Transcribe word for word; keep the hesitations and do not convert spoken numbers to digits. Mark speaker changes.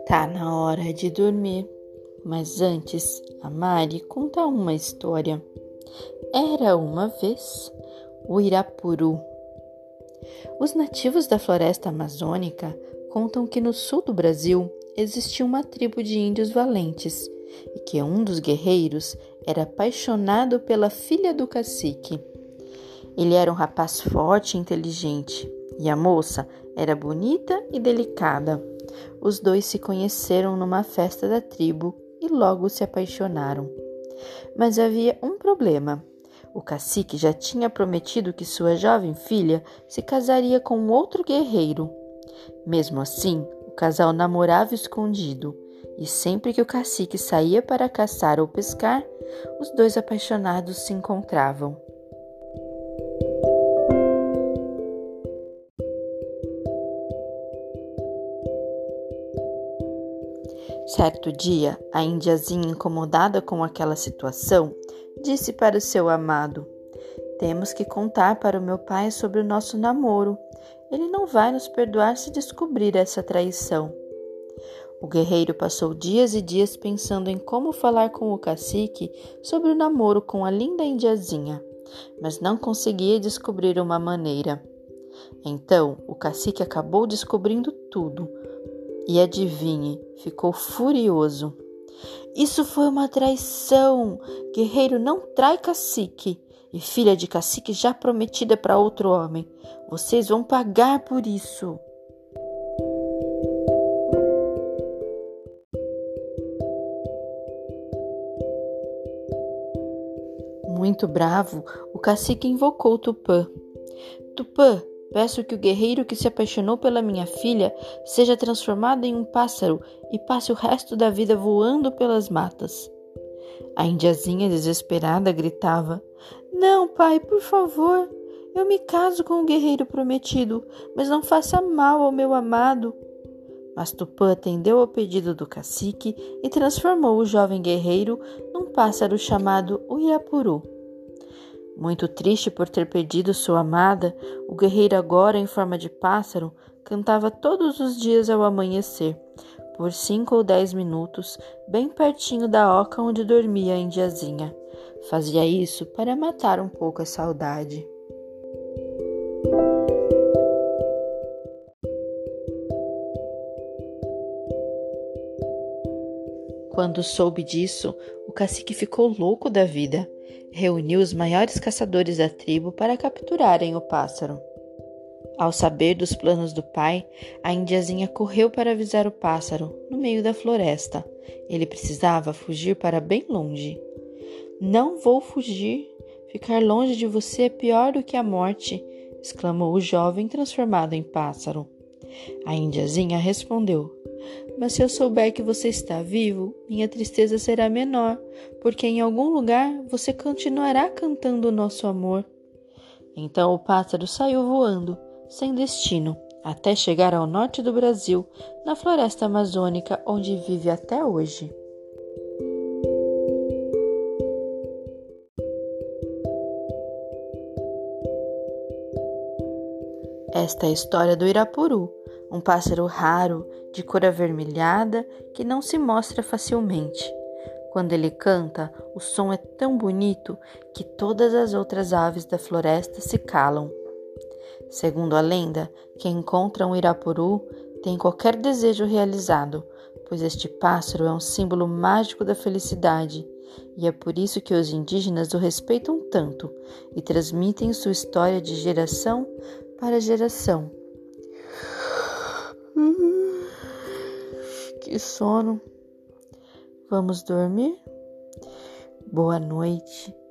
Speaker 1: Tá na hora de dormir, mas antes a Mari conta uma história. Era uma vez o Irapuru. Os nativos da floresta amazônica contam que no sul do Brasil existia uma tribo de índios valentes e que um dos guerreiros era apaixonado pela filha do cacique. Ele era um rapaz forte e inteligente e a moça era bonita e delicada. Os dois se conheceram numa festa da tribo e logo se apaixonaram. Mas havia um problema. O cacique já tinha prometido que sua jovem filha se casaria com outro guerreiro. Mesmo assim, o casal namorava escondido, e sempre que o cacique saía para caçar ou pescar, os dois apaixonados se encontravam. Certo dia, a indiazinha, incomodada com aquela situação, disse para o seu amado: "Temos que contar para o meu pai sobre o nosso namoro. Ele não vai nos perdoar se descobrir essa traição." O guerreiro passou dias e dias pensando em como falar com o cacique sobre o namoro com a linda indiazinha, mas não conseguia descobrir uma maneira. Então, o cacique acabou descobrindo tudo. E adivinhe, ficou furioso. "Isso foi uma traição! Guerreiro não trai cacique, e filha de cacique já prometida para outro homem. Vocês vão pagar por isso!" Muito bravo, o cacique invocou Tupã. "Tupã, peço que o guerreiro que se apaixonou pela minha filha seja transformado em um pássaro e passe o resto da vida voando pelas matas." A indiazinha, desesperada, gritava: "Não, pai, por favor, eu me caso com o guerreiro prometido, mas não faça mal ao meu amado." Mas Tupã atendeu ao pedido do cacique e transformou o jovem guerreiro num pássaro chamado Uirapuru. Muito triste por ter perdido sua amada, o guerreiro, agora em forma de pássaro, cantava todos os dias ao amanhecer, por cinco ou dez minutos, bem pertinho da oca onde dormia a indiazinha. Fazia isso para matar um pouco a saudade. Quando soube disso, o cacique ficou louco da vida. Reuniu os maiores caçadores da tribo para capturarem o pássaro. Ao saber dos planos do pai, a indiazinha correu para avisar o pássaro, no meio da floresta. Ele precisava fugir para bem longe. "Não vou fugir. Ficar longe de você é pior do que a morte", exclamou o jovem transformado em pássaro. A indiazinha respondeu: "Mas se eu souber que você está vivo, minha tristeza será menor, porque em algum lugar você continuará cantando o nosso amor." Então o pássaro saiu voando, sem destino, até chegar ao norte do Brasil, na floresta amazônica, onde vive até hoje. Esta é a história do Irapuru, um pássaro raro, de cor avermelhada, que não se mostra facilmente. Quando ele canta, o som é tão bonito que todas as outras aves da floresta se calam. Segundo a lenda, quem encontra um Irapuru tem qualquer desejo realizado, pois este pássaro é um símbolo mágico da felicidade, e é por isso que os indígenas o respeitam tanto e transmitem sua história de geração para geração. Que sono. Vamos dormir? Boa noite.